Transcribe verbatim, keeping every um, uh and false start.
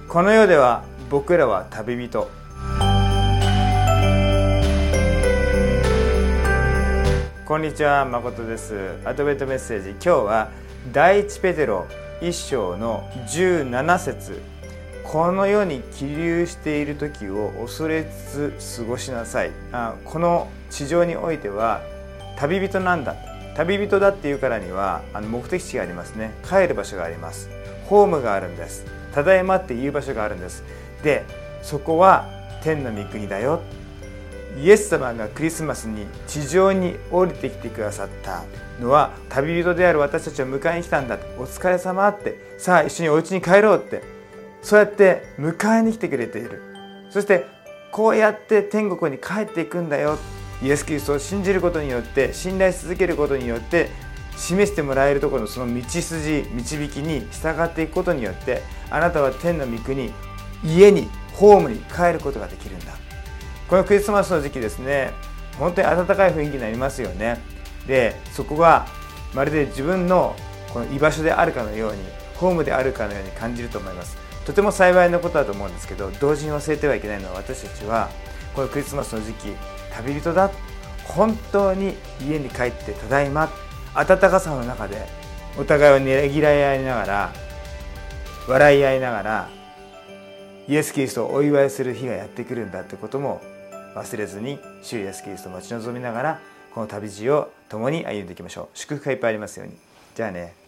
この世では僕らは旅人。こんにちは、誠です。アドベントメッセージ、今日は第一ペテロ一章のじゅうなな節。この世に起立している時を恐れつつ過ごしなさい。あこの地上においては旅人なんだ。旅人だっていうからにはあの目的地がありますね。帰る場所があります。ホームがあるんです。ただいまっていう場所があるんです。で、そこは天の御国だよ。イエス様がクリスマスに地上に降りてきてくださったのは、旅人である私たちを迎えに来たんだ。お疲れ様って、さあ一緒にお家に帰ろうって、そうやって迎えに来てくれている。そしてこうやって天国に帰っていくんだよ。イエス・キリストを信じることによって、信頼し続けることによって示してもらえるところのその道筋、導きに従っていくことによって、あなたは天の御国、家に、ホームに帰ることができるんだ。このクリスマスの時期ですね、本当に温かい雰囲気になりますよね。で、そこはまるで自分のこの居場所であるかのように、ホームであるかのように感じると思います。とても幸いなことだと思うんですけど、同時に忘れてはいけないのは、私たちはこのクリスマスの時期、旅人だ。本当に家に帰ってただいま、温かさの中でお互いをねぎらい合いながら、笑い合いながらイエス・キリストをお祝いする日がやってくるんだってことも忘れずに、主イエス・キリストを待ち望みながら、この旅路を共に歩んでいきましょう。祝福がいっぱいありますように。じゃあね。